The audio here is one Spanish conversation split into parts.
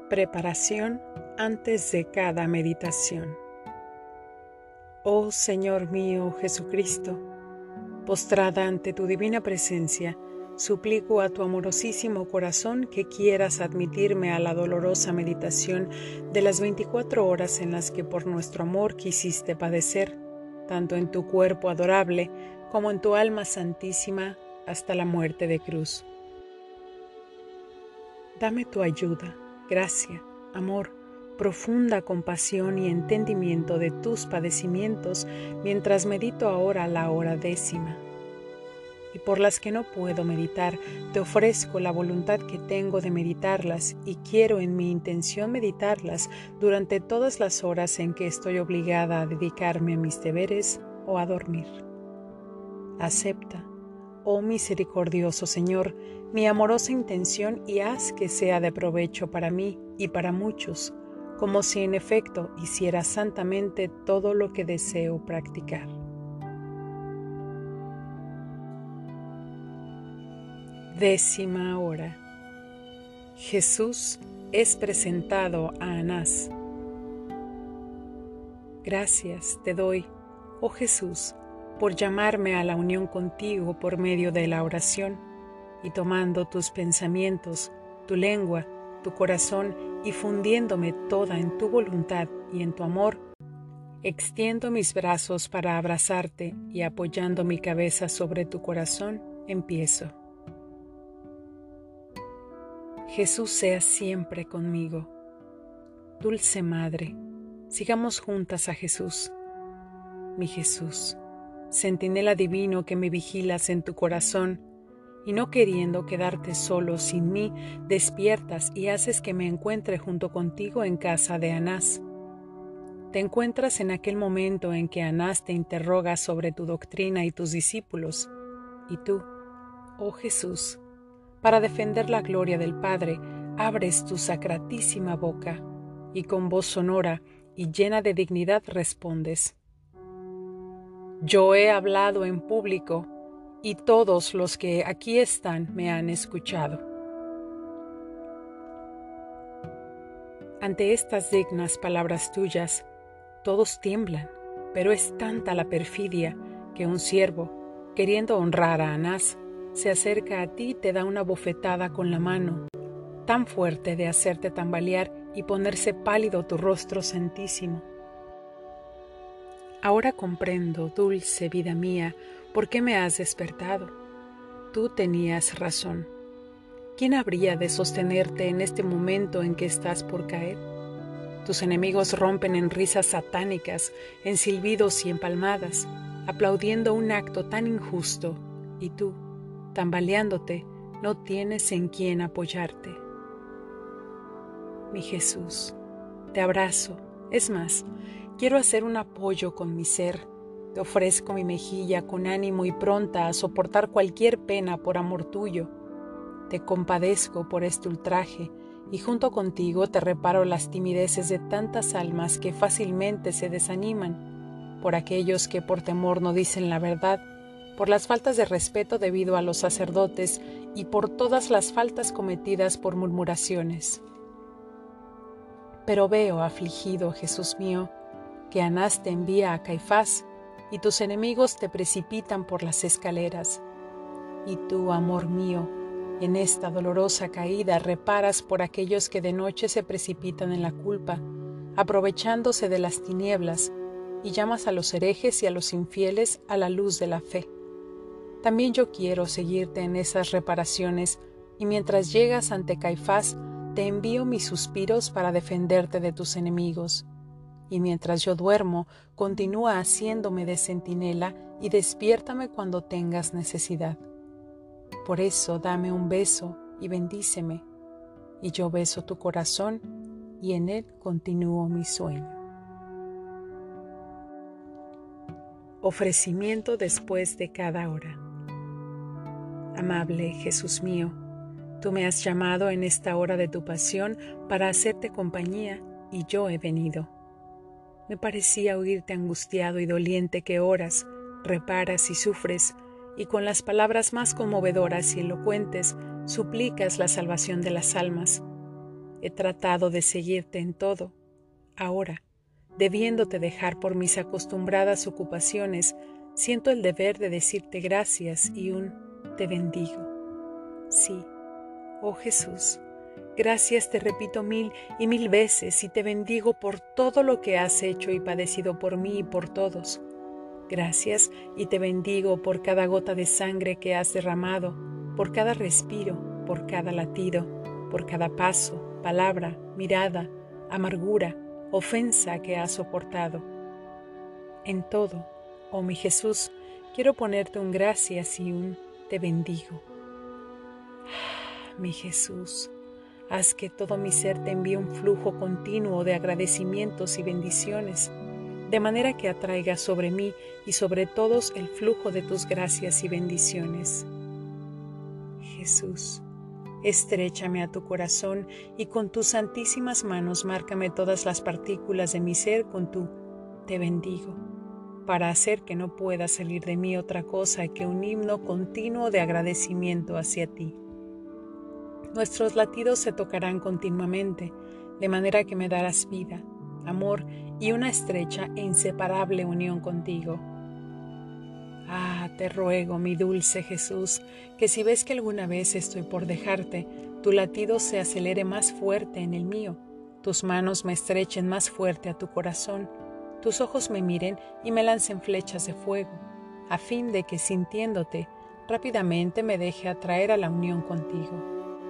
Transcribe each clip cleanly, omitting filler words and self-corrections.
Preparación antes de cada meditación. Oh Señor mío Jesucristo, postrada ante tu divina presencia, suplico a tu amorosísimo corazón que quieras admitirme a la dolorosa meditación de las 24 horas en las que por nuestro amor quisiste padecer, tanto en tu cuerpo adorable como en tu alma santísima, hasta la muerte de cruz. Dame tu ayuda, gracia, amor, profunda compasión y entendimiento de tus padecimientos mientras medito ahora la hora 10ª. Y por las que no puedo meditar, te ofrezco la voluntad que tengo de meditarlas y quiero en mi intención meditarlas durante todas las horas en que estoy obligada a dedicarme a mis deberes o a dormir. Acepta, oh misericordioso Señor, mi amorosa intención y haz que sea de provecho para mí y para muchos, como si en efecto hiciera santamente todo lo que deseo practicar. Décima hora. Jesús es presentado a Anás. Gracias te doy, oh Jesús, por llamarme a la unión contigo por medio de la oración, y tomando tus pensamientos, tu lengua, tu corazón y fundiéndome toda en tu voluntad y en tu amor, extiendo mis brazos para abrazarte y apoyando mi cabeza sobre tu corazón, empiezo. Jesús sea siempre conmigo. Dulce Madre, sigamos juntas a Jesús. Mi Jesús, centinela divino que me vigilas en tu corazón, y no queriendo quedarte solo sin mí, despiertas y haces que me encuentre junto contigo en casa de Anás. Te encuentras en aquel momento en que Anás te interroga sobre tu doctrina y tus discípulos, y tú, oh Jesús, para defender la gloria del Padre, abres tu sacratísima boca, y con voz sonora y llena de dignidad respondes: Yo he hablado en público, y todos los que aquí están me han escuchado. Ante estas dignas palabras tuyas, todos tiemblan, pero es tanta la perfidia que un siervo, queriendo honrar a Anás, se acerca a ti y te da una bofetada con la mano, tan fuerte de hacerte tambalear y ponerse pálido tu rostro santísimo. Ahora comprendo, dulce vida mía, por qué me has despertado. Tú tenías razón. ¿Quién habría de sostenerte en este momento en que estás por caer? Tus enemigos rompen en risas satánicas, en silbidos y en palmadas, aplaudiendo un acto tan injusto, y tú, tambaleándote, no tienes en quién apoyarte. Mi Jesús, te abrazo. Es más, quiero hacer un apoyo con mi ser. Te ofrezco mi mejilla con ánimo y pronta a soportar cualquier pena por amor tuyo. Te compadezco por este ultraje y junto contigo te reparo las timideces de tantas almas que fácilmente se desaniman, por aquellos que por temor no dicen la verdad, por las faltas de respeto debido a los sacerdotes y por todas las faltas cometidas por murmuraciones. Pero veo, afligido Jesús mío, que Anás te envía a Caifás y tus enemigos te precipitan por las escaleras. Y tú, amor mío, en esta dolorosa caída reparas por aquellos que de noche se precipitan en la culpa, aprovechándose de las tinieblas, y llamas a los herejes y a los infieles a la luz de la fe. También yo quiero seguirte en esas reparaciones, y mientras llegas ante Caifás, te envío mis suspiros para defenderte de tus enemigos. Y mientras yo duermo, continúa haciéndome de centinela y despiértame cuando tengas necesidad. Por eso dame un beso y bendíceme, y yo beso tu corazón y en él continúo mi sueño. Ofrecimiento después de cada hora. Amable Jesús mío, tú me has llamado en esta hora de tu pasión para hacerte compañía y yo he venido. Me parecía oírte angustiado y doliente que oras, reparas y sufres, y con las palabras más conmovedoras y elocuentes suplicas la salvación de las almas. he tratado de seguirte en todo. Ahora, debiéndote dejar por mis acostumbradas ocupaciones, siento el deber de decirte gracias y un te bendigo. Sí, oh Jesús, gracias te repito 1000 y 1000 veces y te bendigo por todo lo que has hecho y padecido por mí y por todos. Gracias y te bendigo por cada gota de sangre que has derramado, por cada respiro, por cada latido, por cada paso, palabra, mirada, amargura, ofensa que has soportado. En todo, oh mi Jesús, quiero ponerte un gracias y un te bendigo. Mi Jesús, haz que todo mi ser te envíe un flujo continuo de agradecimientos y bendiciones, de manera que atraiga sobre mí y sobre todos el flujo de tus gracias y bendiciones. Jesús, estréchame a tu corazón y con tus santísimas manos márcame todas las partículas de mi ser con tu te bendigo, para hacer que no pueda salir de mí otra cosa que un himno continuo de agradecimiento hacia ti. Nuestros latidos se tocarán continuamente, de manera que me darás vida, amor y una estrecha e inseparable unión contigo. Ah, te ruego, mi dulce Jesús, que si ves que alguna vez estoy por dejarte, tu latido se acelere más fuerte en el mío, tus manos me estrechen más fuerte a tu corazón, tus ojos me miren y me lancen flechas de fuego, a fin de que sintiéndote, rápidamente me deje atraer a la unión contigo.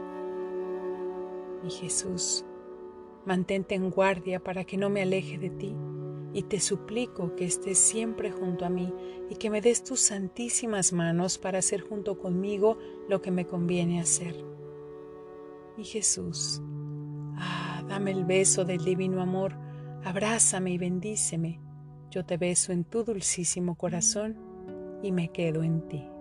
Mi Jesús, mantente en guardia para que no me aleje de ti, y te suplico que estés siempre junto a mí y que me des tus santísimas manos para hacer junto conmigo lo que me conviene hacer. Mi Jesús, dame el beso del divino amor, abrázame y bendíceme. Yo te beso en tu dulcísimo corazón y me quedo en ti.